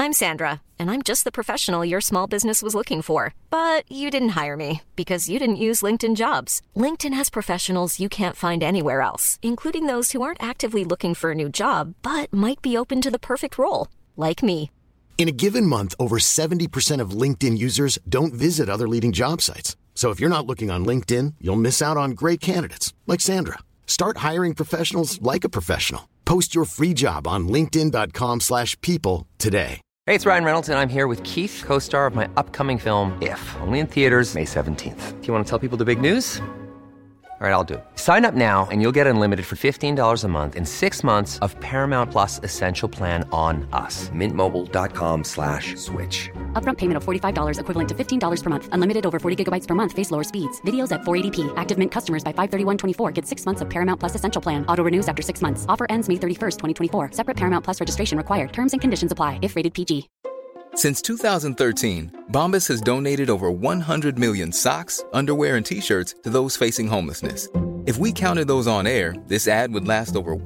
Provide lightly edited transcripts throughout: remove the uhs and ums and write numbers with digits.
I'm Sandra, and I'm just the professional your small business was looking for. But you didn't hire me because you didn't use LinkedIn Jobs. LinkedIn has professionals you can't find anywhere else, including those who aren't actively looking for a new job, but might be open to the perfect role, like me. In a given month, over 70% of LinkedIn users don't visit other leading job sites. So if you're not looking on LinkedIn, you'll miss out on great candidates like Sandra. Start hiring professionals like a professional. Post your free job on linkedin.com/people today. Hey, it's Ryan Reynolds, and I'm here with Keith, co-star of my upcoming film, If, only in theaters May 17th. Do you want to tell people the big news? All right, I'll do it. Sign up now and you'll get unlimited for $15 a month and 6 months of Paramount Plus Essential Plan on us. MintMobile.com/switch. Upfront payment of $45 equivalent to $15 per month. Unlimited over 40 gigabytes per month. Face lower speeds. Videos at 480p. Active Mint customers by 531.24 get 6 months of Paramount Plus Essential Plan. Auto renews after 6 months. Offer ends May 31st, 2024. Separate Paramount Plus registration required. Terms and conditions apply if rated PG. Since 2013, Bombas has donated over 100 million socks, underwear, and T-shirts to those facing homelessness. If we counted those on air, this ad would last over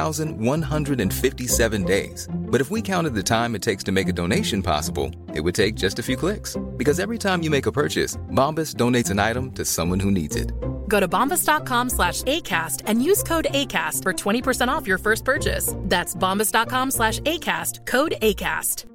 1,157 days. But if we counted the time it takes to make a donation possible, it would take just a few clicks. Because every time you make a purchase, Bombas donates an item to someone who needs it. Go to bombas.com/ACAST and use code ACAST for 20% off your first purchase. That's bombas.com/ACAST, code ACAST.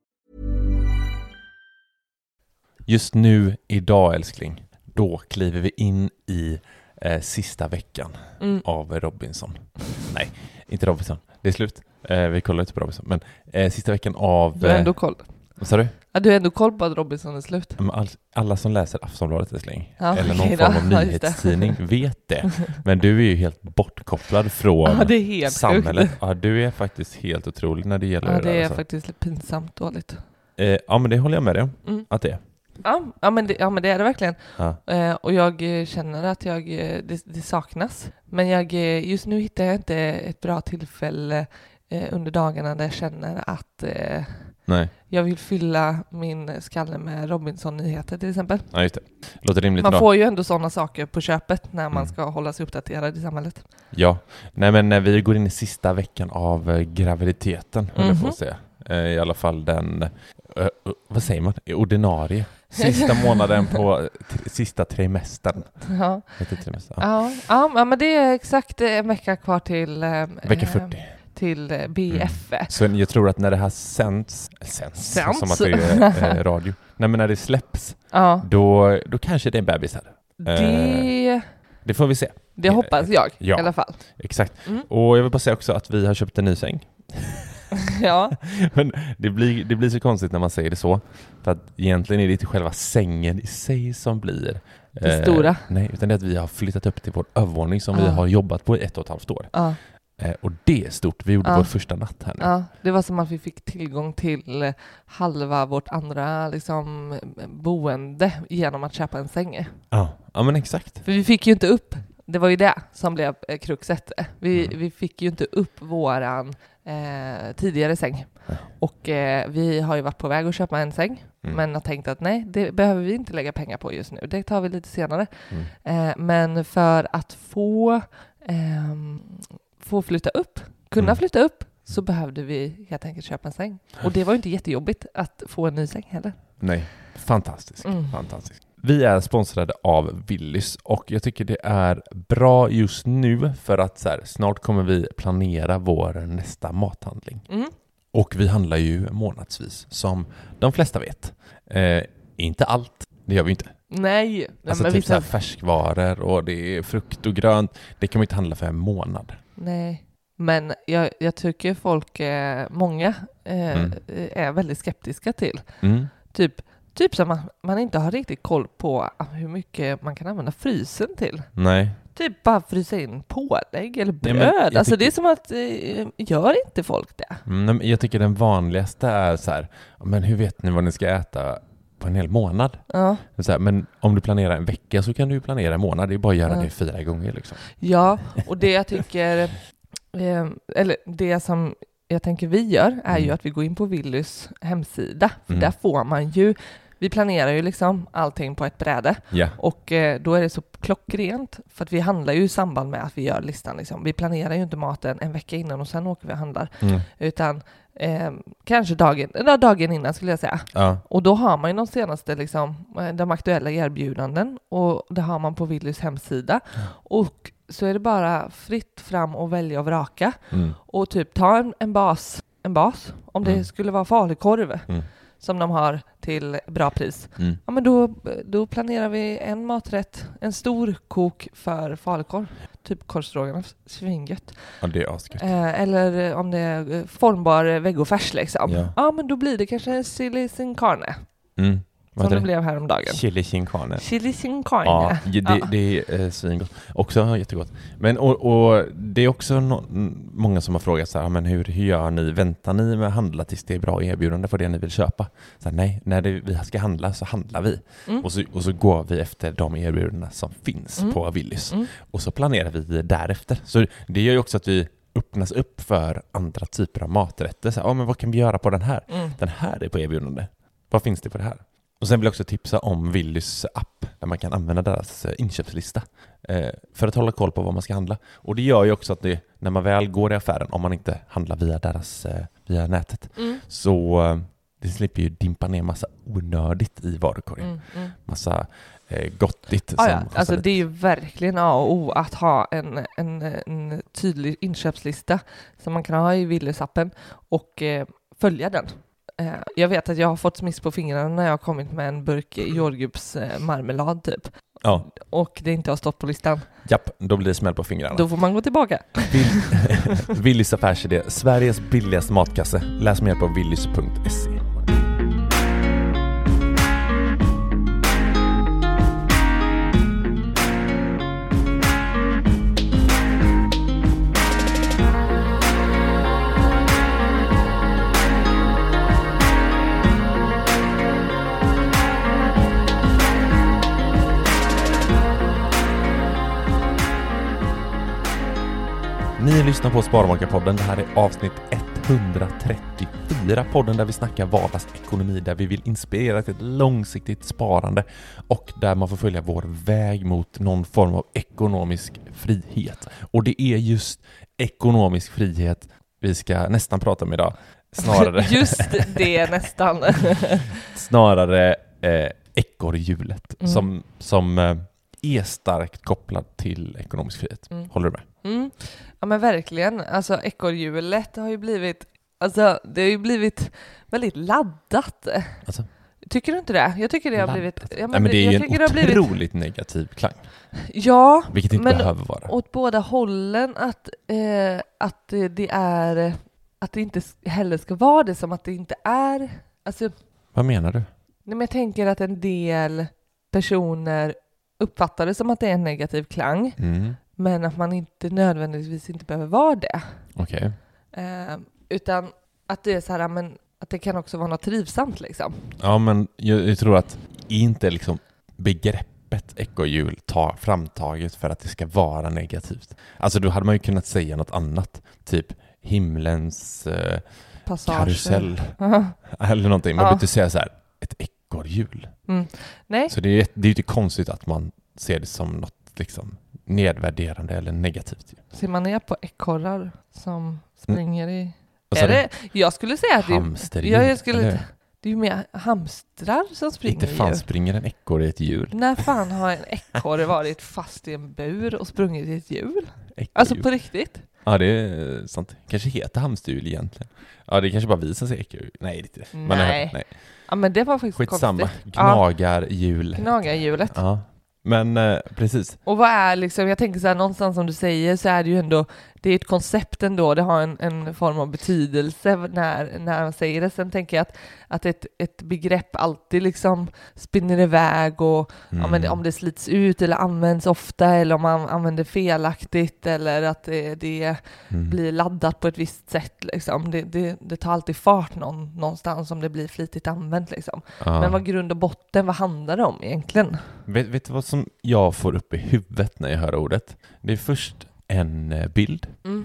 Just nu, idag älskling, då kliver vi in i sista veckan av Robinson. Nej, inte Robinson. Det är slut. Vi kollar inte på Robinson. Men sista veckan av... Du har ändå koll. Vad sa du? Ja, du har ändå koll på att Robinson är slut. Alla som läser Aftonbladet älskling, ja, eller någon form av nyhetstidning vet det. Men du är ju helt bortkopplad från det är helt samhället. Ja, du är faktiskt helt otrolig när det gäller det. Det är faktiskt lite pinsamt dåligt. Ja, men det håller jag med dig om. Att det är. Ja, men det är det verkligen. Ja. Och jag känner att det saknas. Men just nu hittar jag inte ett bra tillfälle under dagarna där jag känner att jag vill fylla min skalle med Robinson-nyheter till exempel. Ja, just det. Låter rimligt. Man får ju ändå sådana saker på köpet när man ska hålla sig uppdaterad i samhället. Ja, nej, men när vi går in i sista veckan av graviditeten, höll jag på att säga. I alla fall den, vad säger man? Ordinarie. Sista månaden på sista trimestern. Ja. Ja, men det är exakt en vecka kvar till vecka 40. Till BF. Så jag tror att när det här sänds som att det är radio. Nej, men när det släpps, då kanske det är en bebis här. Det får vi se. Det hoppas jag i alla fall. Exakt. Och jag vill bara säga också att vi har köpt en ny säng. Ja. Men det blir så konstigt när man säger det så. För att egentligen är det inte själva sängen i sig som blir det stora. Nej, utan det är att vi har flyttat upp till vår övervåning som vi har jobbat på i 1,5 år. Och det är stort. Vi gjorde vår första natt här nu. Ja, det var som att vi fick tillgång till halva vårt andra boende genom att köpa en säng. Ja, men exakt. För vi fick ju inte upp, det var ju det som blev kruxet. Vi fick ju inte upp våran tidigare säng. Och vi har ju varit på väg att köpa en säng. Men har tänkt att nej, det behöver vi inte lägga pengar på just nu. Det tar vi lite senare. Men för att få flytta upp, flytta upp, så behövde vi helt enkelt köpa en säng. Och det var ju inte jättejobbigt att få en ny säng heller. Nej, fantastiskt. Vi är sponsrade av Willys och jag tycker det är bra just nu för att snart kommer vi planera vår nästa mathandling. Och vi handlar ju månadsvis, som de flesta vet. Inte allt, det gör vi inte. Nej. Alltså men typ så här färskvaror och det är frukt och grönt. Det kan man inte handla för en månad. Nej, men jag tycker många är väldigt skeptiska till. Typ som man inte har riktigt koll på hur mycket man kan använda frysen till. Nej. Typ bara frysa in pålägg eller bröd. Alltså det är som att, gör inte folk det? Jag tycker den vanligaste är så här, men hur vet ni vad ni ska äta på en hel månad? Ja. Så här, men om du planerar en vecka så kan du planera en månad. Det är bara att göra det 4 gånger liksom. Ja, och det jag tycker, eller det som jag tänker vi gör är ju att vi går in på Willys hemsida. För där får man ju vi planerar ju liksom allting på ett bräde. Ja. Och då är det så klockrent, för att vi handlar ju i samband med att vi gör listan. Liksom. Vi planerar ju inte maten en vecka innan och sen åker vi och handlar. Utan kanske dagen innan skulle jag säga. Ja. Och då har man ju de senaste liksom, de aktuella erbjudanden, och det har man på Willys hemsida. Och så är det bara fritt fram och välja och vraka. Och typ ta en bas om det skulle vara falukorv som de har till bra pris. Ja, men då planerar vi en maträtt, en stor kok för falukorv. Typ korvstroganoff, svingött. Ja, det är asgött. Eller om det är formbar vegofärs liksom. Ja, men då blir det kanske en chili sin carne. Som det blev häromdagen. Chili sin carne. Chili sin carne. Ja, det är svingott. Också jättegott. Men och det är också många som har frågat så här, men hur gör ni? Väntar ni med att handla tills det är bra erbjudande för det ni vill köpa? Så här, nej, när vi ska handla så handlar vi. Och så går vi efter de erbjudanden som finns på Willys. Och så planerar vi därefter. Så det gör ju också att vi öppnas upp för andra typer av maträtter. Så här, men vad kan vi göra på den här? Den här är på erbjudande. Vad finns det på det här? Och sen vill jag också tipsa om Willys app där man kan använda deras inköpslista för att hålla koll på vad man ska handla. Och det gör ju också att när man väl går i affären, om man inte handlar via nätet, så det slipper ju dimpa ner massa onödigt i varukorgen. Massa gottigt. Alltså det är ju verkligen A och O att ha en tydlig inköpslista som man kan ha i Willys-appen och följa den. Jag vet att jag har fått smiss på fingrarna när jag har kommit med en burk jordgubbsmarmelad typ. Ja. Och det inte har stått på listan. Japp, då blir det smäll på fingrarna. Då får man gå tillbaka. Willys affärsidé, Sveriges billigaste matkasse. Läs mer på willys.se. Ni lyssnar på Sparmakarpodden. Det här är avsnitt 134. Podden där vi snackar vardagsekonomi, där vi vill inspirera till ett långsiktigt sparande och där man får följa vår väg mot någon form av ekonomisk frihet. Och det är just ekonomisk frihet vi ska nästan prata om idag. Snarare just det, nästan. Snarare ekorrhjulet som är starkt kopplad till ekonomisk frihet. Håller du med? Ja, men verkligen. Alltså ekorrhjulet har ju blivit, alltså det har ju blivit väldigt laddat. Alltså, tycker du inte det? Jag tycker det har blivit... Ja, men det är ju en otroligt negativ klang. Ja, vilket inte behöver vara. Åt båda hållen att det inte heller ska vara det, som att det inte är... Alltså, vad menar du? Nej, men jag tänker att en del personer uppfattar det som att det är en negativ klang. Men att man inte nödvändigtvis inte behöver vara det. Okej. Utan att det är så här, men att det kan också vara något trivsamt liksom. Ja, men jag tror att inte liksom begreppet ekorrhjul framtaget för att det ska vara negativt. Alltså då hade man ju kunnat säga något annat. Typ himlens karusell. Eller någonting. Man behöver inte säga så här, ett ekorrhjul. Nej. Så det är ju inte konstigt att man ser det som något liksom nedvärderande eller negativt. Ser man ner på ekorrar som springer i... Är det? Jag skulle säga att det är ju mer hamstrar som springer. Inte fan springer en ekorre i ett hjul. När fan har en ekorre varit fast i en bur och sprungit i ett hjul? Alltså på riktigt? Ja, det är sant. Kanske heter hamsterhjul egentligen. Ja, det är kanske bara vi som säger ekorrhjul. Nej, det är inte det. Nej. Ja, men det var faktiskt skitsamma. konstigt. Gnagarhjul. Gnagarhjulet. Ja. Men precis. Och vad är liksom, jag tänker så här, någonstans som du säger så är det ju ändå, det är ett koncept ändå, det har en form av betydelse när man säger det. Sen tänker jag att ett begrepp alltid liksom spinner iväg och ja, men om det slits ut eller används ofta eller om man använder felaktigt eller att det blir laddat på ett visst sätt liksom. Det tar alltid fart någonstans om det blir flitigt använt liksom. Men vad grund och botten, vad handlar det om egentligen? Vet du vad som jag får upp i huvudet när jag hör ordet? Det är först en bild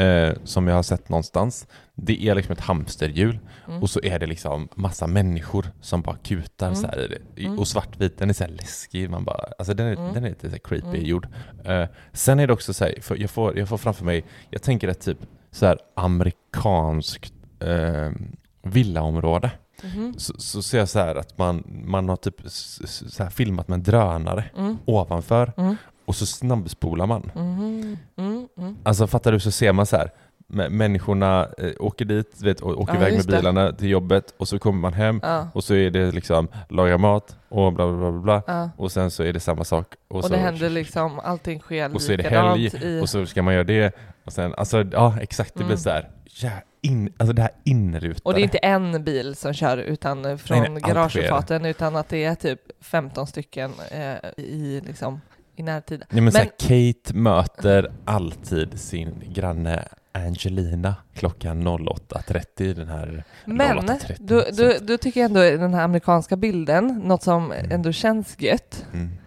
som jag har sett någonstans. Det är liksom ett hamsterhjul och så är det liksom massa människor som bara kutar så här i det. Och svartvit, den är så här läskig. Man bara, alltså den är lite så här creepy gjord. Sen är det också så här, för jag får framför mig, jag tänker att typ så här amerikanskt villaområde. Så ser jag så här att man har typ så här filmat med en drönare ovanför och så snabbspolar man. Alltså fattar du, så ser man så här människorna åker dit, vet, och åker iväg med bilarna till jobbet och så kommer man hem och så är det liksom laga mat och bla bla bla bla och sen så är det samma sak och så det händer liksom, allting sker och så är det helg och så ska man göra det och sen, alltså ja exakt, det blir så här alltså det här inrutade. Och det är inte en bil som kör utan från garagefaten, utan att det är typ 15 stycken i liksom i närtid. Ja, men så här, Kate möter alltid sin granne Angelina klockan 08.30 den här. Men 08:30, då tycker jag ändå den här amerikanska bilden, något som ändå känns gött,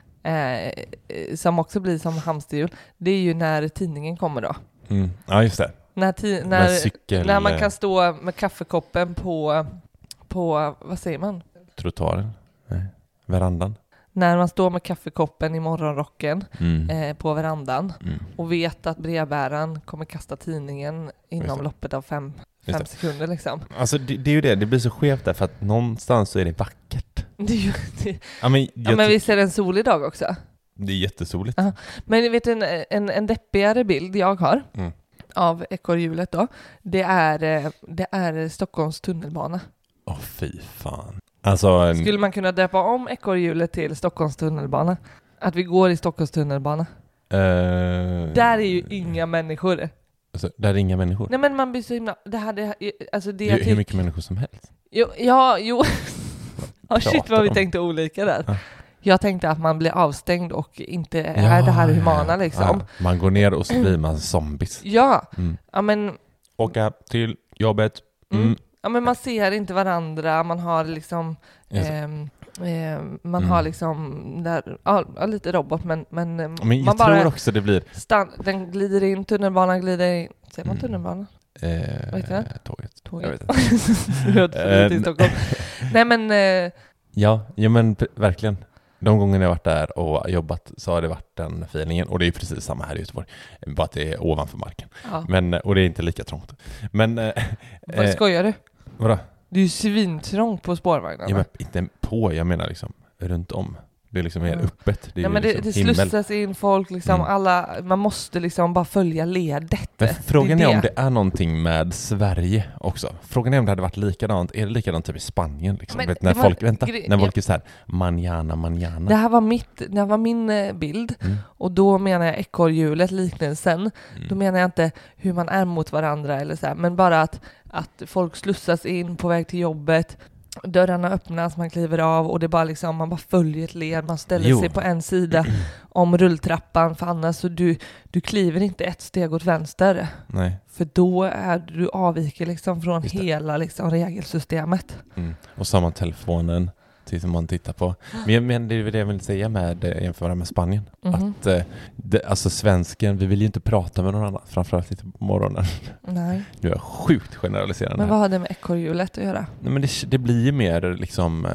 som också blir som hamsterhjul, det är ju när tidningen kommer då. Ja, just det. När man kan stå med kaffekoppen på vad säger man? Trottoaren? Nej. Verandan? När man står med kaffekoppen i morgonrocken på verandan och vet att brevbäraren kommer kasta tidningen inom loppet av 5 sekunder liksom. Alltså det är ju det blir så skevt där, för att någonstans så är det vackert. Men visst är det en solig dag också? Det är jättesoligt. Men vet du, en deppigare bild jag har av ekorrhjulet då, det är Stockholms tunnelbana. Fy fan. Alltså, skulle man kunna döpa om ekorrhjulet till Stockholms tunnelbana? Att vi går i Stockholms tunnelbana? Där är ju inga människor. Alltså, där är inga människor? Nej, men man blir så himla... Det är hur mycket människor som helst. Jo. Shit vad vi tänkte olika där. Jag tänkte att man blir avstängd och inte är det här humana liksom. Ja. Man går ner och så blir man zombies. Ja, men... Åka till jobbet. Ja, men man ser inte varandra, man har liksom man har liksom där, lite robot, men jag man tror också det blir den glider in, tunnelbanan glider in, ser man tunnelbanan? Vad heter det? Tåget. Jag vet inte. Stockholm. Nej men ja men verkligen. De gångerna jag varit där och jobbat så har det varit den feelingen. Och det är precis samma här i Göteborg. Bara att det är ovanför marken. Ja. Och det är inte lika trångt. Men... Vad skojar du? Vadå? Det är ju svintrångt på spårvagnen. Ja, men inte på, jag menar liksom runt om. Det är liksom mer öppet. Det är men liksom det slussas in folk liksom, alla, man måste liksom bara följa ledet. Men frågan är om det är någonting med Sverige också. Frågan är om det hade varit likadant. Är det likadant typ i Spanien liksom? Men, vet, när folk är så här manana. Det här var min bild och då menar jag ekorrhjulet, liknelsen. Då menar jag inte hur man är mot varandra eller så här, men bara att folk slussas in på väg till jobbet. Dörrarna öppnas, man kliver av och det bara liksom, man bara följer ett led, man ställer sig på en sida om rulltrappan, för annars så du kliver inte ett steg åt vänster. Nej. För då är du avviker liksom från hela liksom regelsystemet. Och samma telefonen till man tittar på. Men det är det jag vill säga med jämföra med Spanien. Att alltså svensken, vi vill ju inte prata med någon annan, framförallt inte på morgonen. Nej. Nu är jag sjukt generaliserande. Men vad har det med ekorrhjulet att göra? Nej, men det blir ju mer liksom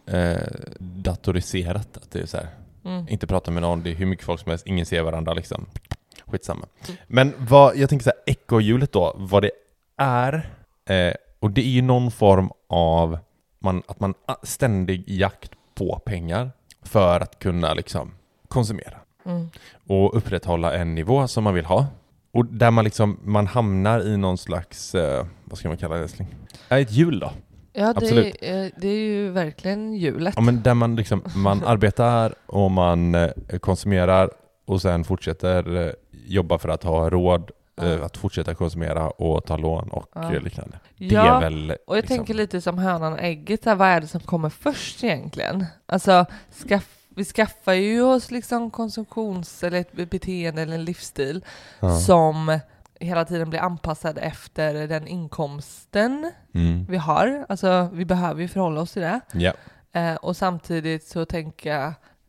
datoriserat. Att det är så här, inte prata med någon, det är hur mycket folk som helst, ingen ser varandra liksom. Skitsamma. Men jag tänker så här, ekorrhjulet då, vad det är, och det är ju någon form av att man ständig jakt på pengar för att kunna liksom konsumera och upprätthålla en nivå som man vill ha, och där man hamnar i någon slags vad ska man kalla det, ett hjul då. Ja, det är ju verkligen hjulet. Ja, men där man arbetar och man konsumerar och sen fortsätter jobba för att ha råd att fortsätta konsumera och ta lån och liknande. Det är väl, och jag tänker lite som hönan och ägget, vad är det som kommer först egentligen? Alltså, vi skaffar ju oss liksom konsumtions- eller ett beteende eller en livsstil som hela tiden blir anpassad efter den inkomsten vi har. Alltså, vi behöver ju förhålla oss till det. Och samtidigt så tänker jag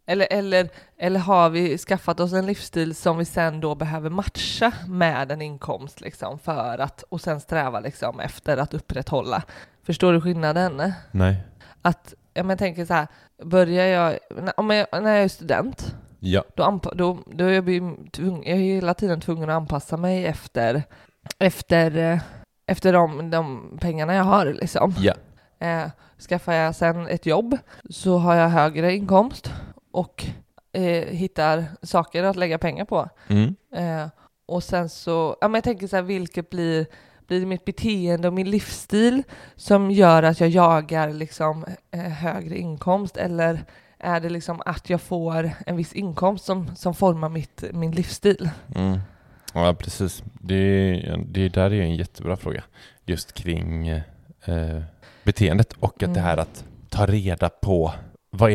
Eller har vi skaffat oss en livsstil som vi sen då behöver matcha med en inkomst liksom för att, och sen sträva liksom efter att upprätthålla. Förstår du skillnaden? Nej. Att, jag tänker så här, börjar jag, när jag är student, Ja. då är jag är hela tiden tvungen att anpassa mig efter de pengarna jag har liksom. Ja. Skaffar jag sen ett jobb så har jag högre inkomst och hittar saker att lägga pengar på. Och sen så, jag tänker så här, vilket blir mitt beteende och min livsstil som gör att jag jagar liksom högre inkomst, eller är det liksom att jag får en viss inkomst som formar min livsstil? Ja, precis. Det där är en jättebra fråga. Just kring beteendet och att det här att ta reda på vad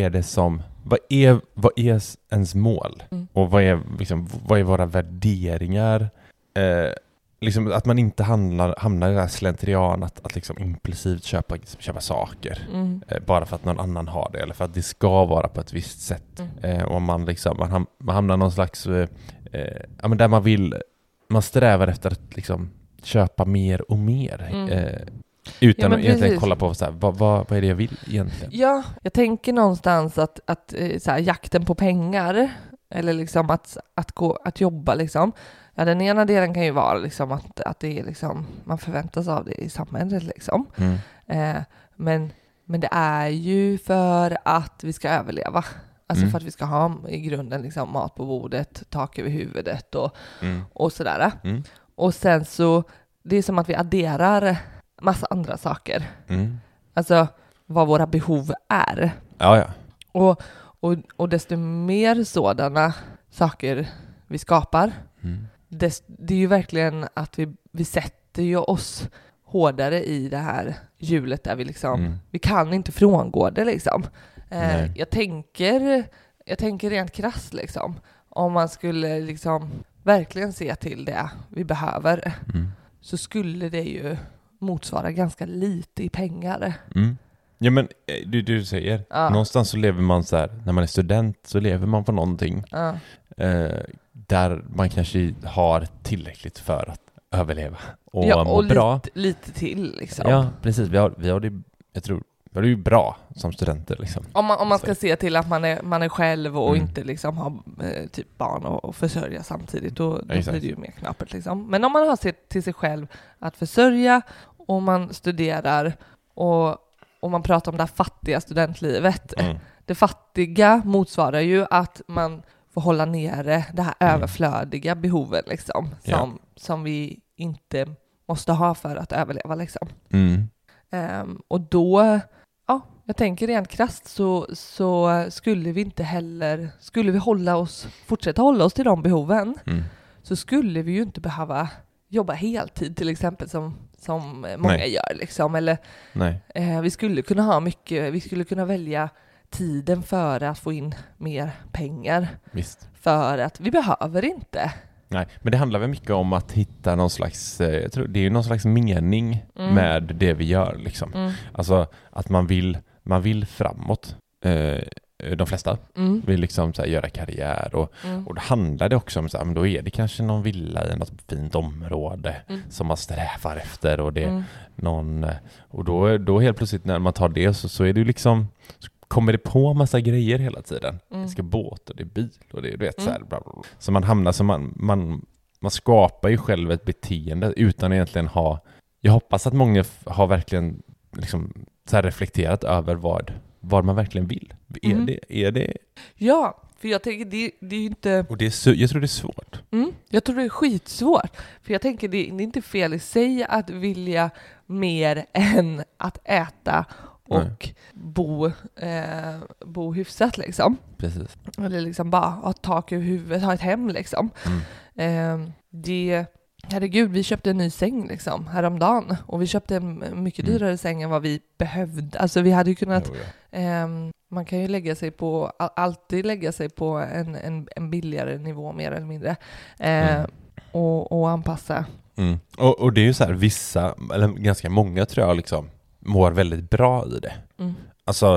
är ens mål och vad är våra värderingar, liksom att man inte hamnar i det här slentrian att liksom impulsivt köpa saker bara för att någon annan har det eller för att det ska vara på ett visst sätt. Och man hamnar någon slags där man strävar efter att liksom köpa mer och mer utan att egentligen kolla på så här, vad är det jag vill egentligen. Ja, jag tänker någonstans att så här, jakten på pengar eller liksom att jobba liksom. Ja, den ena delen kan ju vara liksom att det är liksom, man förväntas av det i samhället liksom. Men det är ju för att vi ska överleva. Alltså för att vi ska ha i grunden liksom mat på bordet, tak över huvudet och sådär. Och sen så, det är som att vi adderar massa andra saker. Alltså vad våra behov är. Ja. Och desto mer sådana saker vi skapar, det är ju verkligen att vi sätter ju oss hårdare i det här hjulet där vi liksom, vi kan inte frångå det liksom. Jag tänker rent krasst liksom, om man skulle liksom verkligen se till det vi behöver, så skulle det ju motsvara ganska lite i pengar. Ja, men du säger, någonstans så lever man så här, när man är student så lever man på någonting där man kanske har tillräckligt för att överleva och må bra. Lite till liksom. Ja, precis. Vi har det, jag tror, vi har det ju bra som studenter liksom. Om man ska se till att man är själv och inte liksom har typ barn och försörja samtidigt, då blir det ju mer knappert liksom. Men om man har sett till sig själv att försörja och man studerar och man pratar om det här fattiga studentlivet. Det fattiga motsvarar ju att man får hålla nere det här överflödiga behovet liksom, som vi inte måste ha för att överleva liksom. Och då, jag tänker rent krasst så skulle vi inte heller, skulle vi fortsätta hålla oss till de behoven, så skulle vi ju inte behöva jobba heltid till exempel som många gör liksom. Eller vi skulle kunna ha mycket, vi skulle kunna välja tiden för att få in mer pengar. Visst. För att vi behöver inte. Nej, men det handlar väl mycket om att hitta någon slags, jag tror det är någon slags mening med det vi gör liksom. Alltså att man vill framåt. De flesta vill liksom så här göra karriär och då handlar det också om så här, men då är det kanske någon villa i något fint område som man strävar efter och det någon, och då helt plötsligt när man tar det så är det ju liksom, så kommer det på massa grejer hela tiden. Det ska båt och det är bil och det, du vet så här, bla bla bla. Så man hamnar så man skapar ju själv ett beteende utan egentligen ha, jag hoppas att många har verkligen liksom så här reflekterat över vad man verkligen vill. Är det? Ja, för jag tänker det är ju inte... Och jag tror det är svårt. Jag tror det är skitsvårt. För jag tänker det är inte fel i sig att vilja mer än att äta och bo hyfsat liksom. Precis. Eller liksom bara ha tak över huvudet, ha ett hem liksom. Herregud, vi köpte en ny säng liksom häromdagen och vi köpte en mycket dyrare säng än vad vi behövde. Alltså vi hade ju kunnat, man kan ju alltid lägga sig på en billigare nivå mer eller mindre och anpassa. Och det är ju så här, vissa, eller ganska många tror jag liksom mår väldigt bra i det. Alltså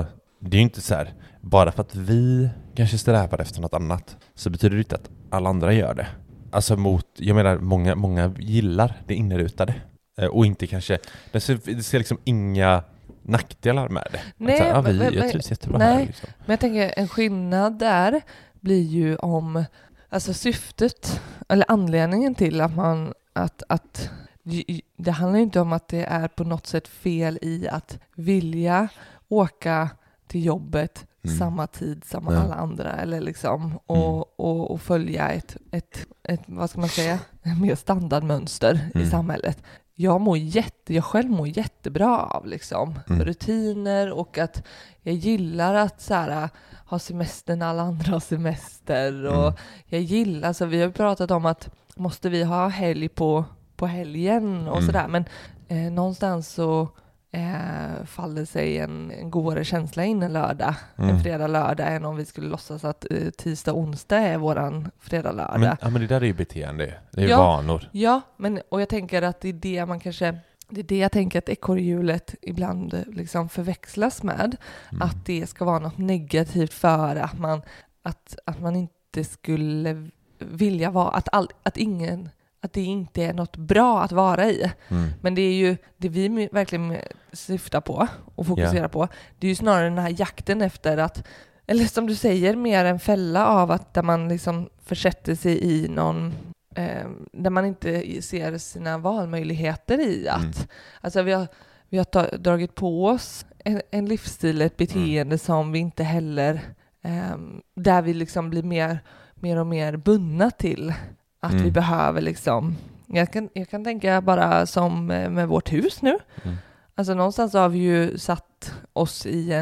det är ju inte så här, bara för att vi kanske strävar efter något annat så betyder det inte att alla andra gör det. Alltså jag menar, många gillar det inrutade. Och inte kanske, det ser liksom inga nackdelar med det. Nej, jag trivs jättebra här. Liksom. Men jag tänker en skillnad där blir ju om, alltså syftet, eller anledningen till att man, att det handlar ju inte om att det är på något sätt fel i att vilja åka till jobbet samma tid som alla andra, eller liksom och följa ett vad ska man säga, mer standardmönster i samhället. Jag själv mår jättebra av liksom rutiner, och att jag gillar att så här, ha semester när alla andra har semester, och jag gillar, alltså vi har pratat om att måste vi ha helg på helgen och sådär, men någonstans så faller sig en godare känsla in en lördag, en fredag-lördag, än om vi skulle låtsas att tisdag-onsdag är våran fredag-lördag. Men det där är ju beteende, det är ju vanor. Ja, och jag tänker att det är det jag tänker att ekorrhjulet ibland liksom förväxlas med, att det ska vara något negativt för att man inte skulle vilja vara, att det inte är något bra att vara i. Men det är ju det vi verkligen syftar på och fokuserar på. Det är ju snarare den här jakten efter att, eller som du säger, mer en fälla av att där man liksom försätter sig i någon, där man inte ser sina valmöjligheter i att, alltså vi har dragit på oss en livsstil, ett beteende som vi inte heller, där vi liksom blir mer och mer bundna till. Att vi behöver liksom, jag kan tänka bara som med vårt hus nu. Alltså någonstans har vi ju satt oss i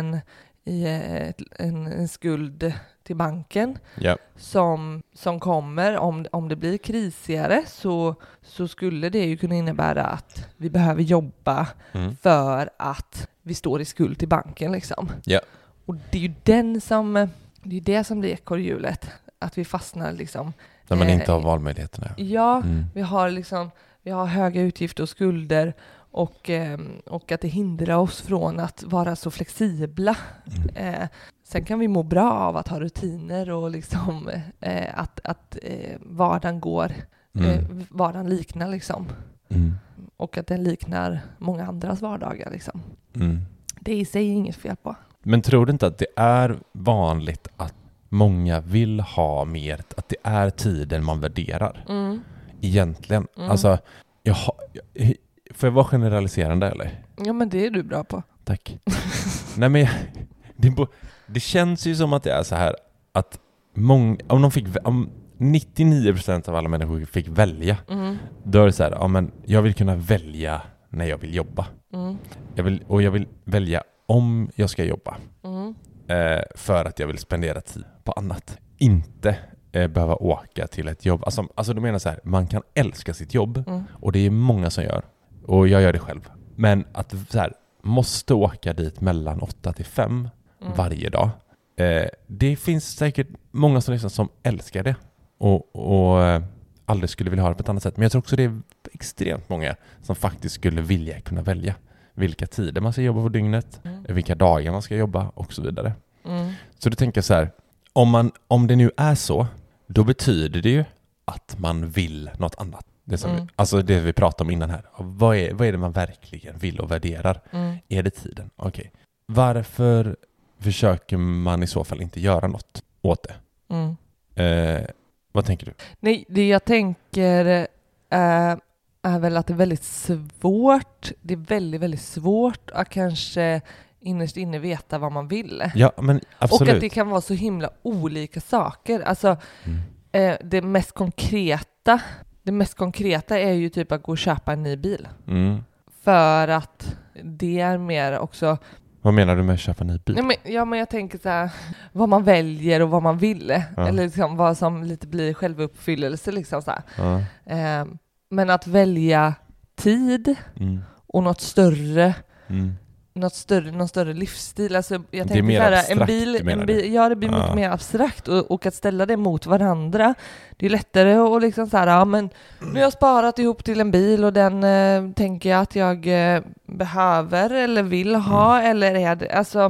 en skuld till banken som kommer, om det blir krisigare så skulle det ju kunna innebära att vi behöver jobba för att vi står i skuld till banken liksom. Och det är ju det som blir ekorrhjulet, att vi fastnar liksom. När man inte har valmöjligheterna. Ja, vi har höga utgifter och skulder, och att det hindrar oss från att vara så flexibla. Sen kan vi må bra av att ha rutiner och liksom att vardagen går, vardagen liknar liksom. Och att den liknar många andras vardagar liksom. Det är i sig inget fel på. Men tror du inte att det är vanligt att många vill ha mer, att det är tiden man värderar? Egentligen. Alltså, får jag vara generaliserande eller? Ja, men det är du bra på. Tack. Nej, men det känns ju som att det är så här att om 99% av alla människor fick välja, då är det så här, ja, men jag vill kunna välja när jag vill jobba. Jag vill välja om jag ska jobba. För att jag vill spendera tid på annat. Inte behöva åka till ett jobb. Alltså du menar så här, man kan älska sitt jobb, och det är många som gör. Och jag gör det själv. Men att så här, måste åka dit mellan 8 till 5 varje dag. Det finns säkert många som älskar det. Och aldrig skulle vilja ha det på ett annat sätt. Men jag tror också det är extremt många som faktiskt skulle vilja kunna välja vilka tider man ska jobba på dygnet, vilka dagar man ska jobba och så vidare. Så du tänker så här, om det nu är så, då betyder det ju att man vill något annat. Alltså det vi pratade om innan här. Vad är det man verkligen vill och värderar? Är det tiden? Okej. Varför försöker man i så fall inte göra något åt det? Vad tänker du? Nej, det jag tänker är väl att det är väldigt svårt. Det är väldigt, väldigt svårt att kanske innerst inne veta vad man vill. Ja, men absolut. Och att det kan vara så himla olika saker. Alltså, det mest konkreta är ju typ att gå och köpa en ny bil. För att det är mer också... Vad menar du med att köpa en ny bil? Men jag tänker så här, vad man väljer och vad man vill. Eller liksom vad som lite blir självuppfyllelse. Liksom så här. Men att välja tid och någon större livsstil. Alltså, jag det är mer abstrakt, en bil, ja, det blir mycket mer abstrakt. Och att ställa det mot varandra, det är lättare att liksom så här, ja, men nu har jag sparat ihop till en bil och den tänker jag att jag behöver eller vill ha, eller är det, alltså...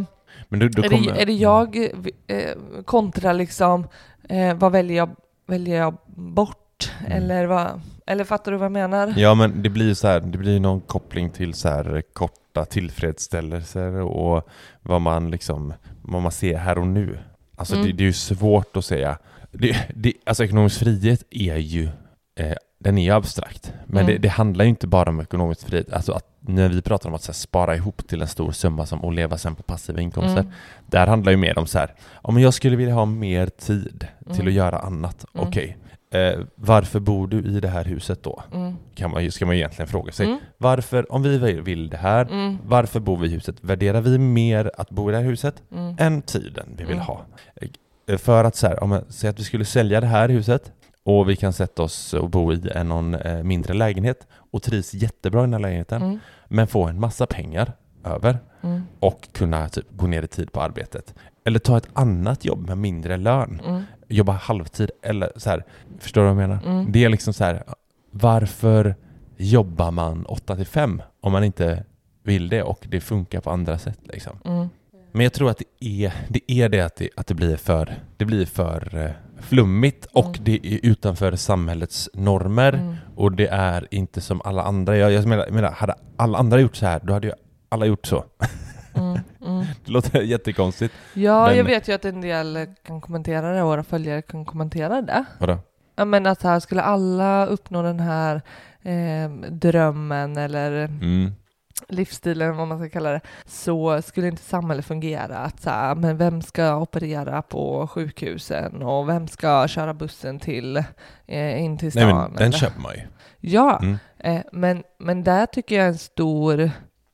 Men då är det jag kontra liksom vad väljer jag bort? Eller fattar du vad jag menar? Ja, men det blir ju så här, det blir någon koppling till så här korta tillfredsställelser och vad man ser här och nu. Alltså det är ju svårt att säga. Alltså ekonomisk frihet är ju den är ju abstrakt. Men det handlar ju inte bara om ekonomisk frihet. Alltså att när vi pratar om att så här, spara ihop till en stor summa och leva sen på passiva inkomster. Där handlar ju mer om så här, om jag skulle vilja ha mer tid till att göra annat. Okej. Varför bor du i det här huset då? Ska man egentligen fråga sig. Varför, om vi vill det här, varför bor vi i huset? Värderar vi mer att bo i det här huset än tiden vi vill ha? För att så här, om jag säger att vi skulle sälja det här huset och vi kan sätta oss och bo i någon mindre lägenhet och trivs jättebra i den här lägenheten, men få en massa pengar över och kunna typ gå ner i tid på arbetet. Eller ta ett annat jobb med mindre lön. Jobba halvtid eller så här. Förstår du vad jag menar? Det är liksom så här, varför jobbar man 8-5 om man inte vill det och det funkar på andra sätt liksom. Men jag tror att det blir för flummigt och det är utanför samhällets normer och det är inte som alla andra. Jag menar, hade alla andra gjort så här, då hade ju alla gjort så. Det låter jättekonstigt. Ja, men jag vet ju att en del kan kommentera det och våra följare kan kommentera det. Vadå? Ja, men att här skulle alla uppnå den här drömmen eller livsstilen, vad man ska kalla det, så skulle inte samhället fungera. Att så här, men vem ska operera på sjukhusen och vem ska köra bussen till in till stan? Nej, men den köper man ju. Ja, men där tycker jag en stor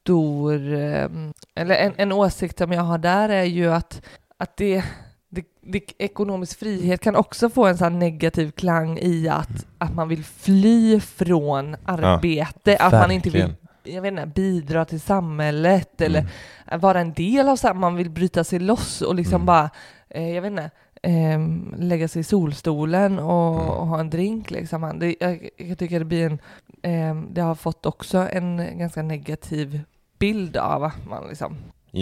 eller en åsikt som jag har där är ju att det ekonomisk frihet kan också få en sån negativ klang i att man vill fly från arbete, att man inte vill bidra till samhället eller vara en del av samhället. Man vill bryta sig loss och liksom bara lägga sig i solstolen och ha en drink liksom. Jag tycker det blir det har fått också en ganska negativ bild av att man liksom.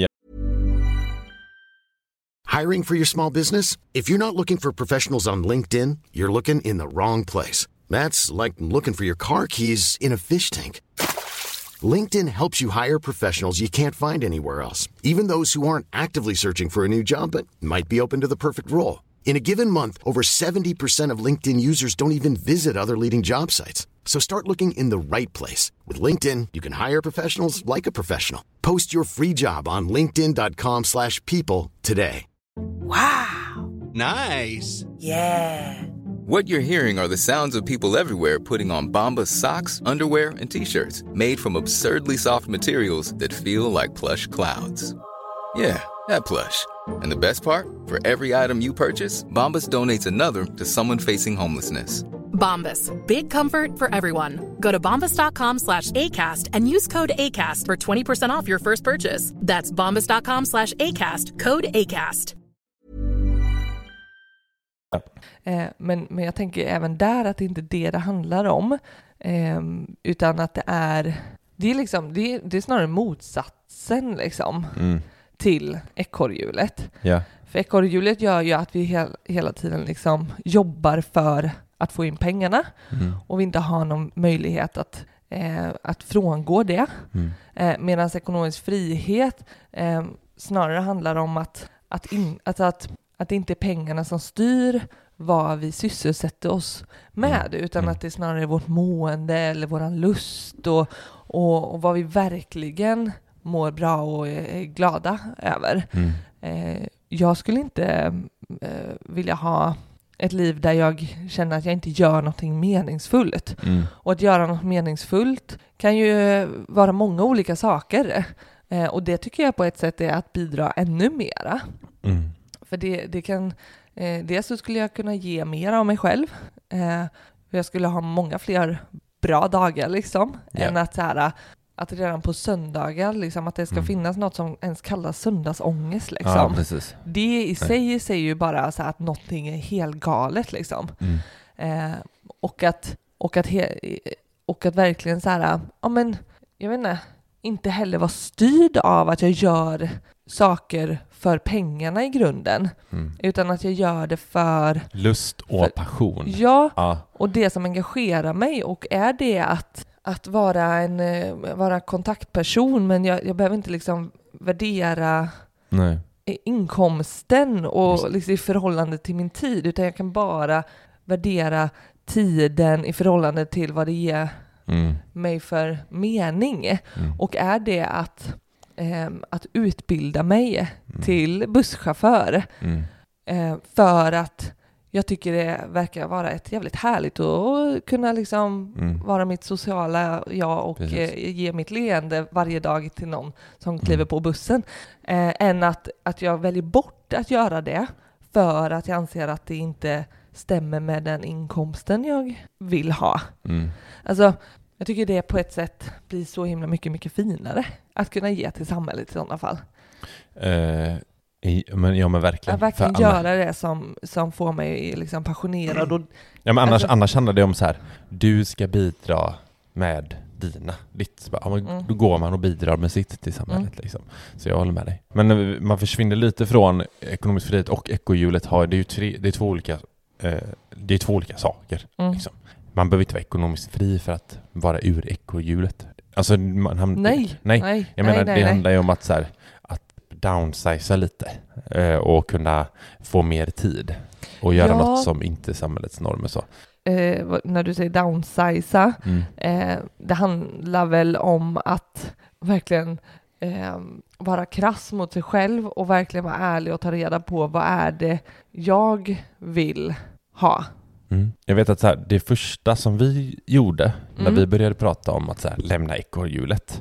Hiring for your small business? If you're not looking for professionals on LinkedIn, you're looking in the wrong place. That's like looking for your car keys in a fish tank. LinkedIn helps you hire professionals you can't find anywhere else, even those who aren't actively searching for a new job but might be open to the perfect role. In a given month, over 70% of LinkedIn users don't even visit other leading job sites. So start looking in the right place. With LinkedIn, you can hire professionals like a professional. Post your free job on linkedin.com/people today. Wow. Nice. Yeah. What you're hearing are the sounds of people everywhere putting on Bombas socks, underwear, and T-shirts made from absurdly soft materials that feel like plush clouds. Yeah, that plush. And the best part? For every item you purchase, Bombas donates another to someone facing homelessness. Bombas. Big comfort for everyone. Go to bombas.com/ACAST and use code ACAST for 20% off your first purchase. That's bombas.com/ACAST. Code ACAST. Men jag tänker även där att det inte är det handlar om. Utan att det är liksom, det är snarare motsatsen liksom, till ekorrhjulet. Yeah. För ekorrhjulet gör ju att vi hela tiden liksom jobbar för att få in pengarna och vi inte har någon möjlighet att frångå det. Medan ekonomisk frihet snarare handlar om att det inte är pengarna som styr vad vi sysselsätter oss med, utan att det snarare är vårt mående eller våran lust och vad vi verkligen mår bra och är glada över. Jag skulle inte vilja ha ett liv där jag känner att jag inte gör någonting meningsfullt. Och att göra något meningsfullt kan ju vara många olika saker. Och det tycker jag på ett sätt är att bidra ännu mera. För det kan... Dels så skulle jag kunna ge mer av mig själv. För jag skulle ha många fler bra dagar liksom. Än att så här... Att redan på söndagar, liksom, att det ska finnas något som ens kallas söndagsångest. Liksom. Ja, precis. Det i sig säger ju bara så att någonting är helt galet. Liksom. Och att verkligen så här, ja men, jag vet inte, inte heller vara styrd av att jag gör saker för pengarna i grunden. Utan att jag gör det för lust och passion. Ja, och det som engagerar mig. Och är det att vara kontaktperson, men jag behöver inte liksom värdera inkomsten och liksom i förhållande till min tid, utan jag kan bara värdera tiden i förhållande till vad det ger mig för mening. Och är det att utbilda mig till busschaufför för att jag tycker det verkar vara ett jävligt härligt att kunna liksom vara mitt sociala jag och ge mitt leende varje dag till någon som kliver på bussen. Än att jag väljer bort att göra det för att jag anser att det inte stämmer med den inkomsten jag vill ha. Alltså, jag tycker det på ett sätt blir så himla mycket finare att kunna ge till samhället i sådana fall. Men verkligen. Att verkligen göra det som får mig liksom passionerad. Och, ja, men annars handlar det om så här, du ska bidra med då går man och bidrar med sitt till samhället. Liksom. Så jag håller med dig. Men man försvinner lite från ekonomisk frihet och ekohjulet. Det är två olika saker. Liksom. Man behöver inte vara ekonomiskt fri för att vara ur ekohjulet. Alltså, nej. Jag menar, det handlar ju om att, så här, att downsiza lite och kunna få mer tid och göra något som inte är samhällets normer. Så. När du säger downsiza, det handlar väl om att verkligen vara krass mot sig själv och verkligen vara ärlig och ta reda på vad är det jag vill ha. Jag vet att så här, det första som vi gjorde när vi började prata om att så här, lämna ekorrhjulet,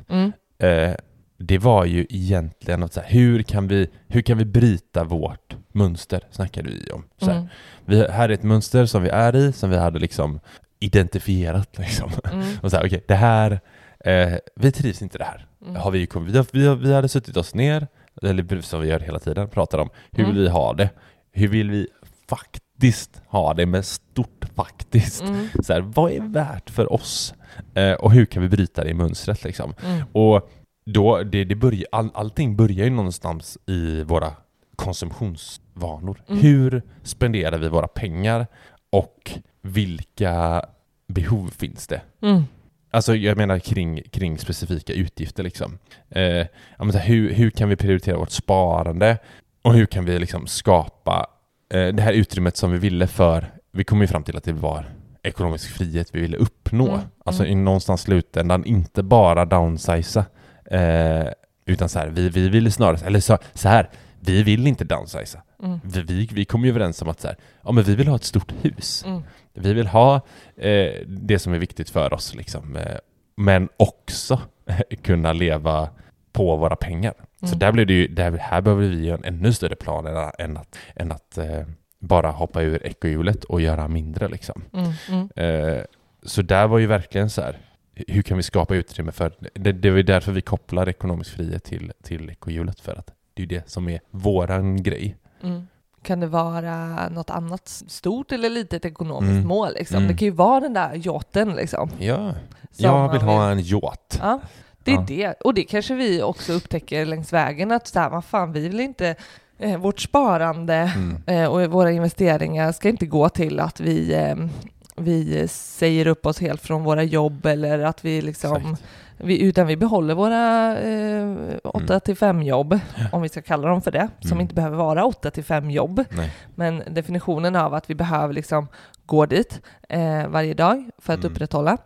det var ju egentligen att så här, hur kan vi bryta vårt mönster, snackade vi om. Så här, här är ett mönster som vi är i, som vi hade liksom identifierat liksom. Och så här, okej, det här vi trivs inte det här. Vi hade suttit oss ner, eller som vi gör hela tiden, pratar om hur vill vi ha det? Hur vill vi faktiskt ha det med stort faktiskt? Så här, vad är värt för oss? Och hur kan vi bryta det i mönstret liksom? Och då, allting börjar ju någonstans i våra konsumtionsvanor. Hur spenderar vi våra pengar och vilka behov finns det? Alltså jag menar kring specifika utgifter liksom. Hur kan vi prioritera vårt sparande och hur kan vi liksom skapa det här utrymmet som vi ville för, vi kom ju fram till att det var ekonomisk frihet vi ville uppnå. Alltså i någonstans slutändan inte bara downsiza utan så här, vi ville snarare, eller så här, vi vill inte downsiza. Vi kom ju överens om att så här, men vi vill ha ett stort hus. Vi vill ha det som är viktigt för oss liksom, men också kunna leva på våra pengar. Så där blev det ju, här behöver vi ju en ännu större plan än att bara hoppa ur ekohjulet och göra mindre liksom. Så där var ju verkligen så här, hur kan vi skapa utrymme för det var ju därför vi kopplar ekonomisk frihet till ekohjulet, för att det är det som är våran grej. Kan det vara något annat stort eller litet ekonomiskt mål liksom? Det kan ju vara den där yachten liksom. Ja, jag vill ha en yacht. Ja. Det är det. Och det kanske vi också upptäcker längs vägen, att så här, vad fan, vi vill inte vårt sparande och våra investeringar ska inte gå till att vi säger upp oss helt från våra jobb, eller att vi liksom utan vi behåller våra 8-5 jobb, om vi ska kalla dem för det, som inte behöver vara 8-5 jobb. Men definitionen av att vi behöver liksom gå dit varje dag för att upprätthålla.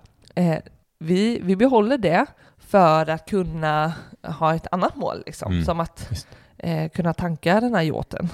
Vi behåller det för att kunna ha ett annat mål liksom, som att kunna tanka den här yachten.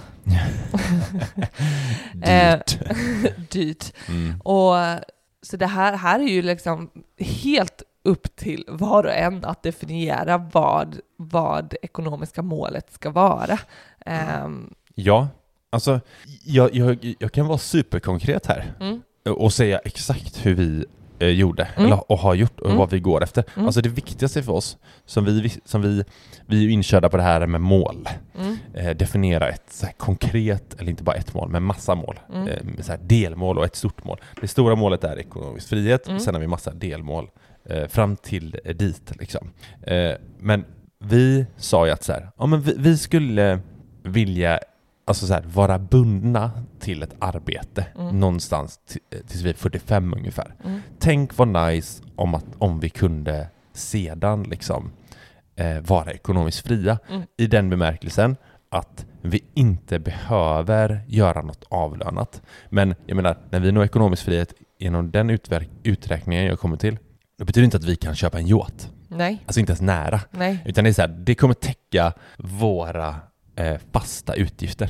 Dyrt. Och så det här är ju liksom helt upp till var och en att definiera vad ekonomiska målet ska vara. Ja, alltså jag kan vara superkonkret här och säga exakt hur vi gjorde och har gjort och vad vi går efter. Alltså det viktigaste för oss som vi är ju inkörda på det här med mål. Definiera ett så här konkret, eller inte bara ett mål, men massa mål. Så här delmål och ett stort mål. Det stora målet är ekonomisk frihet. Sen har vi massa delmål fram till dit liksom. Men vi sa ju att så här, ja, men vi skulle vilja alltså så här, vara bundna till ett arbete någonstans tills vi är 45 ungefär. Tänk vad nice om vi kunde sedan liksom vara ekonomiskt fria i den bemärkelsen att vi inte behöver göra något avlönat. Men jag menar, när vi når ekonomisk frihet genom den uträkningen jag kommer till, det betyder inte att vi kan köpa en yacht. Nej. Alltså inte ens nära. Nej. Utan det är så här, det kommer täcka våra fasta utgifter.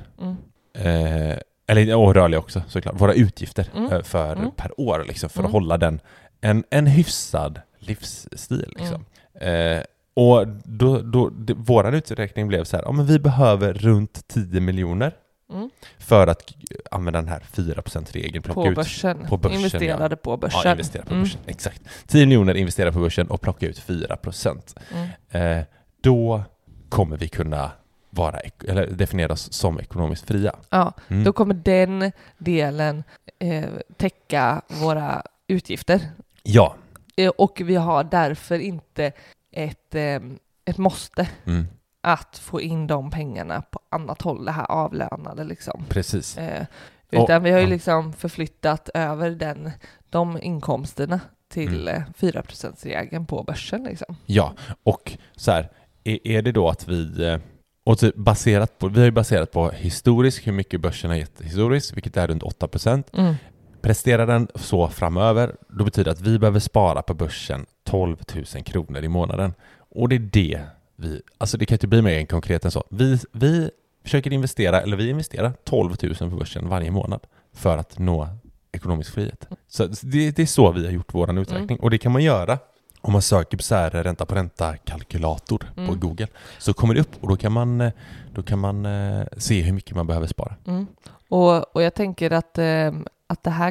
Och rörliga också såklart. Våra utgifter per år liksom, för att hålla den en hyfsad livsstil liksom. Och då våran uträkning blev så här, ja, men vi behöver runt 10 miljoner för att använda den här 4%-regeln. På börsen. Investerade på börsen. Ja, investerade på börsen. Exakt. 10 miljoner investerade på börsen och plocka ut 4%. Då kommer vi kunna definieras som ekonomiskt fria. Ja, då kommer den delen täcka våra utgifter. Ja. Och vi har därför inte ett måste att få in de pengarna på annat håll, det här avlönade liksom. Precis. Utan vi har ju liksom förflyttat över de inkomsterna till 4%-regeln på börsen liksom. Ja, och så här, är det då att vi och typ vi har ju baserat på hur mycket börsen har gett historiskt, vilket är runt 8%. Presterar den så framöver, då betyder det att vi behöver spara på börsen 12 000 kronor i månaden. Och det är det alltså det kan inte bli mer än konkret än så. Vi försöker vi investerar 12 000 på börsen varje månad för att nå ekonomisk frihet. Så det är så vi har gjort våran uträkning. Och det kan man göra om man söker på så här ränta på ränta-kalkylator på Google. Så kommer det upp och då kan man se hur mycket man behöver spara. Och jag tänker att det här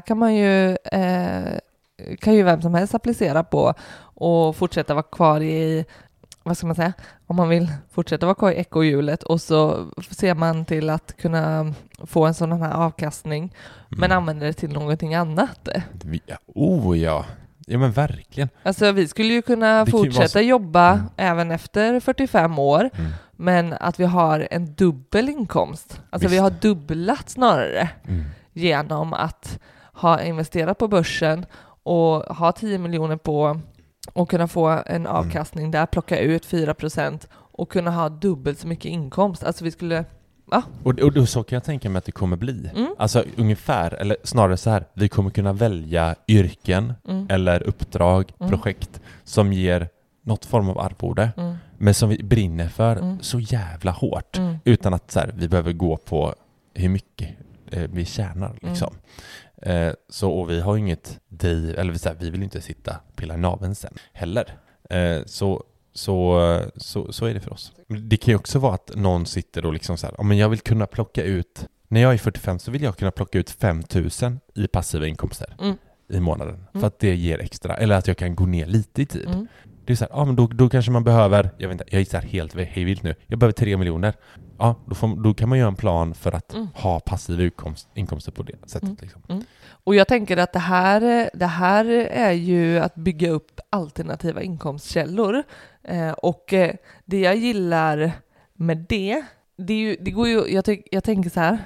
kan ju vem som helst applicera på och fortsätta vara kvar i, vad ska man säga, om man vill fortsätta vara kvar i ekohjulet, och så ser man till att kunna få en sån här avkastning men använder det till någonting annat. Ja men verkligen. Alltså vi skulle ju kunna fortsätta jobba även efter 45 år, men att vi har en dubbel inkomst. Alltså vi har dubblat snarare genom att ha investerat på börsen och ha 10 miljoner på och kunna få en avkastning där, plocka ut 4% och kunna ha dubbelt så mycket inkomst. Alltså vi skulle... Ja. Och så kan jag tänka mig att det kommer bli. Alltså ungefär, eller snarare så här, vi kommer kunna välja yrken eller uppdrag, projekt som ger något form av arvode, men som vi brinner för så jävla hårt utan att så här, vi behöver gå på hur mycket vi tjänar liksom. Och vi har inget eller så här, vi vill inte sitta pilla i naveln sen heller. Så är det för oss. Det kan ju också vara att någon sitter och liksom så här, men jag vill kunna plocka ut, när jag är 45 så vill jag kunna plocka ut 5 000 i passiva inkomster i månaden. För att det ger extra, eller att jag kan gå ner lite i tid. Det är så här, men då kanske man behöver, jag vet inte, jag är så här helt hejvilt nu, jag behöver 3 miljoner. Ja, då kan man göra en plan för att ha passiva inkomster på det sättet liksom. Och jag tänker att det här är ju att bygga upp alternativa inkomstkällor. Och det jag gillar med det går ju, jag tänker så här,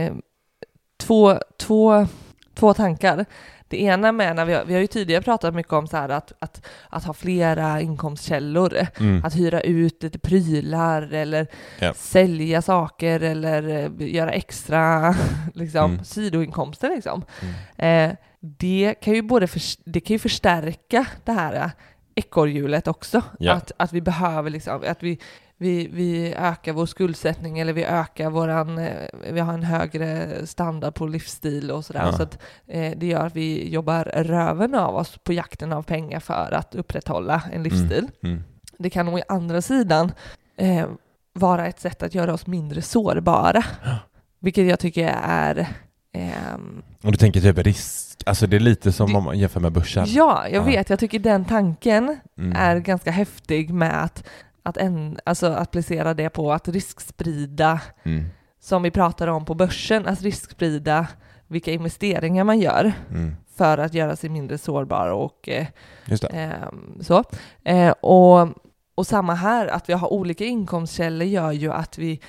två tankar. Det ena med när vi har ju tidigare pratat mycket om så här att ha flera inkomstkällor, att hyra ut lite prylar eller sälja saker eller göra extra liksom, sidoinkomster liksom. Det kan ju förstärka det här ekorrhjulet också. Att vi behöver liksom, att vi ökar vår skuldsättning, eller vi ökar vi har en högre standard på livsstil och sådär. Så att det gör att vi jobbar röven av oss på jakten av pengar för att upprätthålla en livsstil. Det kan nog i andra sidan vara ett sätt att göra oss mindre sårbara. Vilket jag tycker är... Och du tänker typ risk, alltså det är lite som om man jämför med börsen. Ja, jag vet. Jag tycker den tanken är ganska häftig med att applicera det på att risksprida, som vi pratar om på börsen, att risksprida vilka investeringar man gör för att göra sig mindre sårbar och Just det. så. Och samma här, att vi har olika inkomstkällor gör ju att vi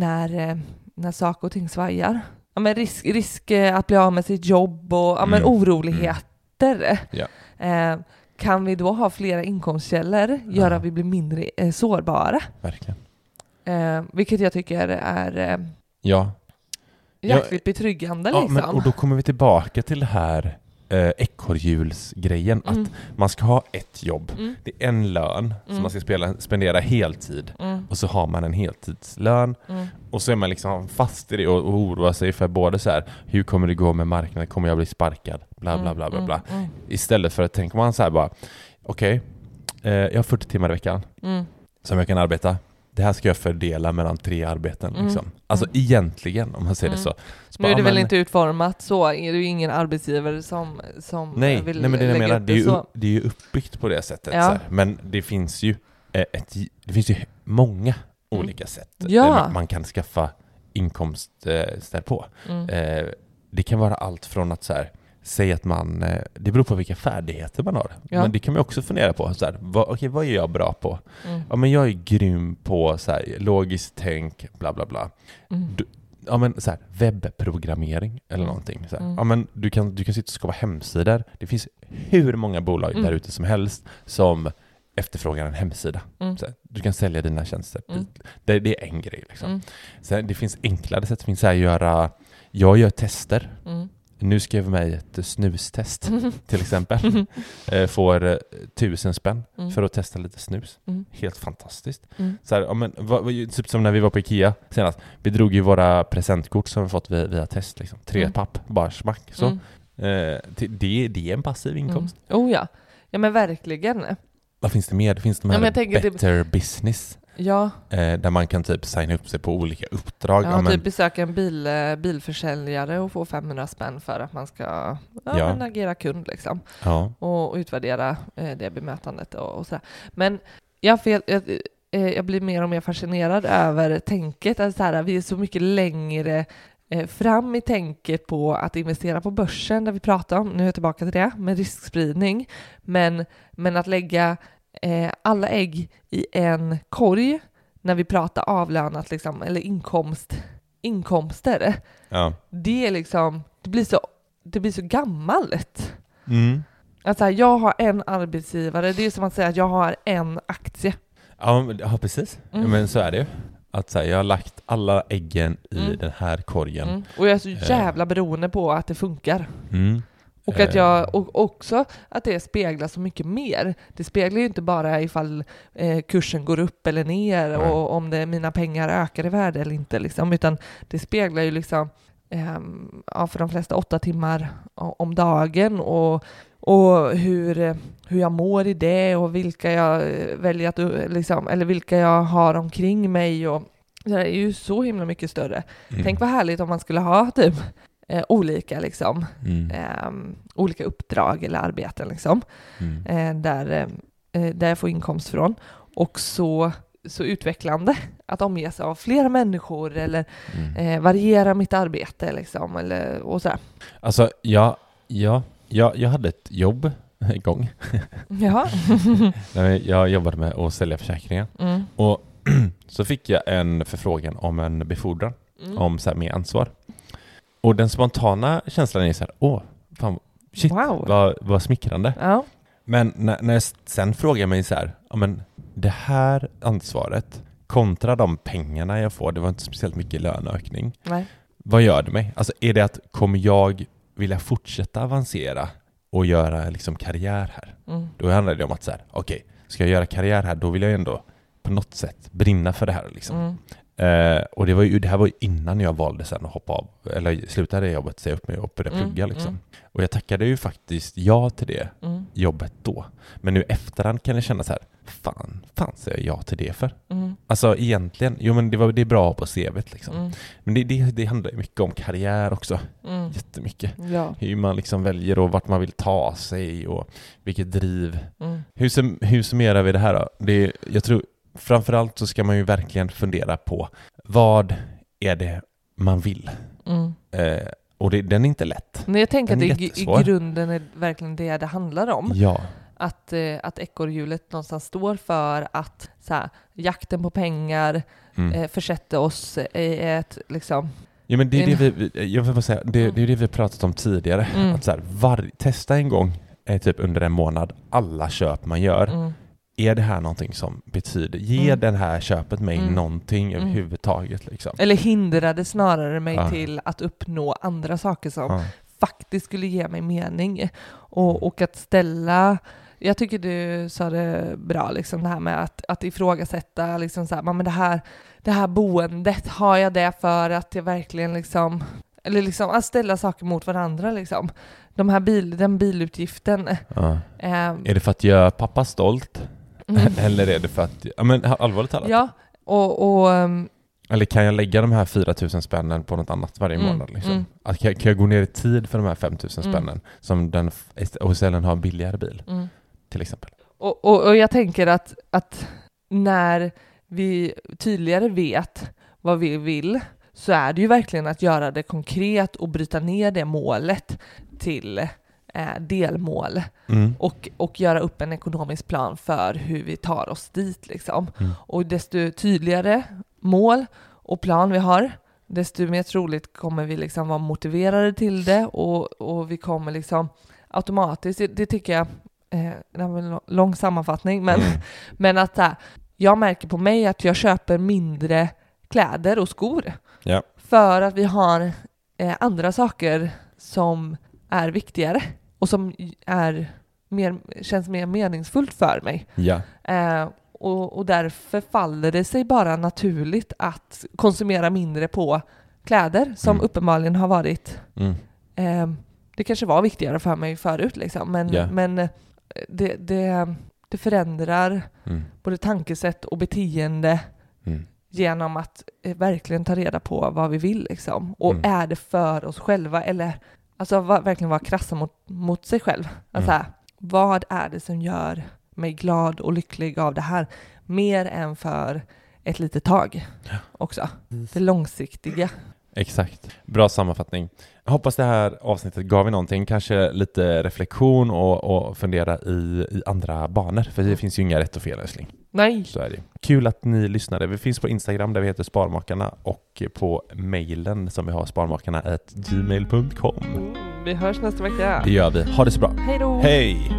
när saker och ting svajar, men risk att bli av med sitt jobb och men oroligheter. Ja. Kan vi då ha flera inkomstkällor gör att vi blir mindre sårbara. Verkligen. Vilket jag tycker är jäkligt betryggande. Ja, liksom. och då kommer vi tillbaka till det här ekorrhjulsgrejen, att man ska ha ett jobb. Det är en lön som man ska spendera heltid, och så har man en heltidslön, och så är man liksom fast i det och oroar sig för både så här, hur kommer det gå med marknaden, kommer jag bli sparkad, bla bla bla bla bla. Istället för att tänka man så här bara, okej, jag har 40 timmar i veckan som jag kan arbeta. Det här ska jag fördela mellan 3 arbeten. Liksom. Alltså egentligen, om man säger det så. Nu är det väl inte utformat så. Är det ju ingen arbetsgivare som vill men det lägga menar, upp det så. Det är ju uppbyggt på det sättet. Ja. Så här. Men det finns ju många olika sätt man kan skaffa inkomster på. Det kan vara allt från att så här, säg att det beror på vilka färdigheter man har. Ja. Men det kan man också fundera på. Så här, vad är jag bra på? Ja, men jag är grym på så här, logiskt tänk, bla bla bla. Ja, men så här, webbprogrammering eller någonting. Så här. Ja, men du kan sitta och skapa hemsidor. Det finns hur många bolag där ute som helst som efterfrågar en hemsida. Så här, du kan sälja dina tjänster. Det är en grej. Liksom. Så här, det finns enklare sätt. Det finns så här, jag gör tester. Nu skrev jag mig ett snustest till exempel. Får 1000 spänn för att testa lite snus. Helt fantastiskt. Så här, ja, men, typ som när vi var på Ikea senast. Vi drog ju våra presentkort som vi fått via test. Liksom. 3 papp, bara smack. Så. Det är en passiv inkomst. Oh ja. Ja, men verkligen. Vad finns det mer? Det finns de här Better Business. Ja. Där man kan typ signa upp sig på olika uppdrag. Ja, typ besöka en bilförsäljare och få 500 spänn för att man ska agera kund liksom. Ja. Och utvärdera det bemötandet och sådär. Men jag blir mer och mer fascinerad över tänket. Att så här, vi är så mycket längre fram i tänket på att investera på börsen, där vi pratar om, nu är jag tillbaka till det, med riskspridning. Men att lägga alla ägg i en korg när vi pratar avlönat liksom, eller inkomster. Ja. Det är liksom, det blir så gammalt. Alltså jag har en arbetsgivare, det är som att säga att jag har en aktie. Ja, precis. Men så är det ju. Att säga, jag har lagt alla äggen i den här korgen. Och jag är så jävla beroende på att det funkar. Och att och också att det speglar så mycket mer. Det speglar ju inte bara ifall kursen går upp eller ner och om mina pengar ökar i värde eller inte liksom, utan det speglar ju liksom för de flesta 8 timmar om dagen och hur jag mår i det och vilka jag väljer att liksom, eller vilka jag har omkring mig, och det är ju så himla mycket större. Tänk vad härligt om man skulle ha typ olika liksom olika uppdrag eller arbeten liksom där jag får inkomst från, och så utvecklande att omge sig av flera människor eller variera mitt arbete liksom, eller och så. Alltså jag hade ett jobb en gång. Ja. Jag jobbade med att sälja försäkringar. Och så fick jag en förfrågan om en befordran om så här, med ansvar. Och den spontana känslan är så här, fan, shit, wow. vad smickrande. Ja. Men när jag sen frågar mig så här, men det här ansvaret kontra de pengarna jag får, det var inte speciellt mycket löneökning. Nej. Vad gör det mig? Alltså är det att kommer jag vilja fortsätta avancera och göra liksom karriär här? Då handlar det om att så här, okej, ska jag göra karriär här, då vill jag ändå på något sätt brinna för det här liksom. Och det här var ju innan jag valde sen att hoppa av, eller slutade jobbet, säga upp mig och börja plugga liksom. Och jag tackade ju faktiskt ja till det jobbet då. Men nu efterhand kan jag känna så här, fan säger jag ja till det för? Alltså egentligen, men det är bra på CV:t liksom. Men det handlar ju mycket om karriär också. Jättemycket. Ja. Hur man liksom väljer och vart man vill ta sig och vilket driv. Hur summerar vi det här då? Jag tror framförallt så ska man ju verkligen fundera på vad är det man vill. Och den är inte lätt. Men jag tänker Den är att i jättesvår. grunden är verkligen det handlar om. Ja. Att ekorrhjulet någonstans står för att så här, jakten på pengar försätter oss i ett liksom... Ja, men det är jag vill bara säga, det är det vi pratat om tidigare. Att så här, testa en gång typ under en månad alla köp man gör. Är det här någonting som betyder, ger den här köpet mig någonting överhuvudtaget liksom? Eller hindrade snarare mig till att uppnå andra saker som faktiskt skulle ge mig mening. Och att ställa, jag tycker du sa det bra, liksom det här med att ifrågasätta liksom så här, men det här boendet, har jag det för att jag verkligen liksom, eller liksom att ställa saker mot varandra liksom. Den bilutgiften. Är det för att göra pappa stolt? Eller är det för att, ja men allvarligt talat. Ja, eller kan jag lägga de här 4 000 spännen på något annat varje månad? Liksom? Att kan jag gå ner i tid för de här 5 000 spännen som den och istället ha en billigare bil till exempel? Och jag tänker att när vi tydligare vet vad vi vill, så är det ju verkligen att göra det konkret och bryta ner det målet till delmål och göra upp en ekonomisk plan för hur vi tar oss dit liksom. Och desto tydligare mål och plan vi har, desto mer troligt kommer vi liksom vara motiverade till det och vi kommer liksom automatiskt, det tycker jag, det var en lång sammanfattning, men att jag märker på mig att jag köper mindre kläder och skor för att vi har andra saker som är viktigare och som känns mer meningsfullt för mig. Och därför faller det sig bara naturligt att konsumera mindre på kläder som uppenbarligen har varit det kanske var viktigare för mig förut liksom, men det förändrar både tankesätt och beteende genom att verkligen ta reda på vad vi vill liksom. Och är det för oss själva, eller alltså verkligen vara krassa mot sig själv. Alltså, vad är det som gör mig glad och lycklig av det här? Mer än för ett litet tag också. Det långsiktiga. Exakt. Bra sammanfattning. Jag hoppas det här avsnittet gav er någonting. Kanske lite reflektion och fundera i andra banor. För det finns ju inga rätt och fel, älskling. Nej. Så är det. Kul att ni lyssnade. Vi finns på Instagram där vi heter Sparmakarna och på mejlen som vi har sparmakarna@gmail.com. Vi hörs nästa vecka. Det gör vi. Ha det så bra. Hej då. Hej!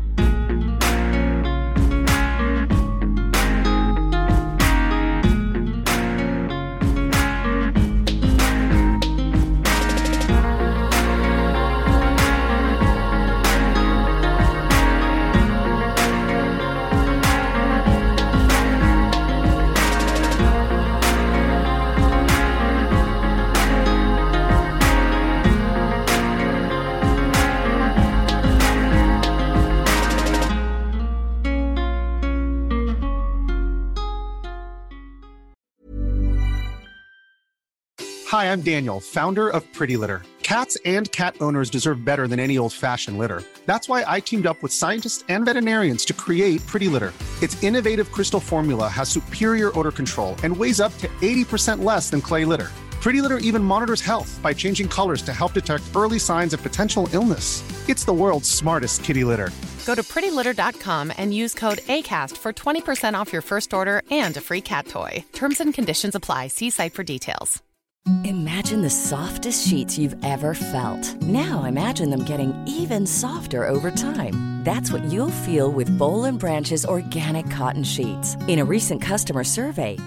Hi, I'm Daniel, founder of Pretty Litter. Cats and cat owners deserve better than any old-fashioned litter. That's why I teamed up with scientists and veterinarians to create Pretty Litter. Its innovative crystal formula has superior odor control and weighs up to 80% less than clay litter. Pretty Litter even monitors health by changing colors to help detect early signs of potential illness. It's the world's smartest kitty litter. Go to prettylitter.com and use code ACAST for 20% off your first order and a free cat toy. Terms and conditions apply. See site for details. Imagine the softest sheets you've ever felt. Now imagine them getting even softer over time. That's what you'll feel with Boll & Branch's organic cotton sheets. In a recent customer survey,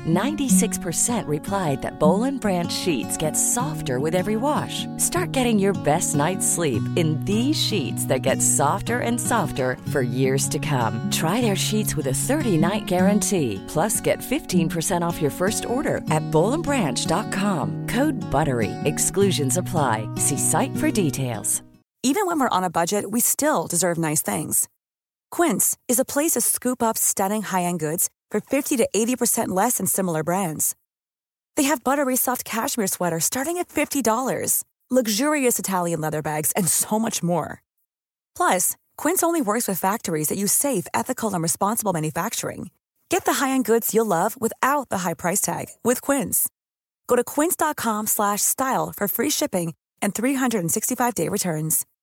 96% replied that Boll & Branch sheets get softer with every wash. Start getting your best night's sleep in these sheets that get softer and softer for years to come. Try their sheets with a 30-night guarantee. Plus, get 15% off your first order at bollandbranch.com. Code BUTTERY. Exclusions apply. See site for details. Even when we're on a budget, we still deserve nice things. Quince is a place to scoop up stunning high-end goods for 50 to 80% less than similar brands. They have buttery soft cashmere sweaters starting at $50, luxurious Italian leather bags, and so much more. Plus, Quince only works with factories that use safe, ethical, and responsible manufacturing. Get the high-end goods you'll love without the high price tag with Quince. Go to quince.com/style for free shipping and 365-day returns.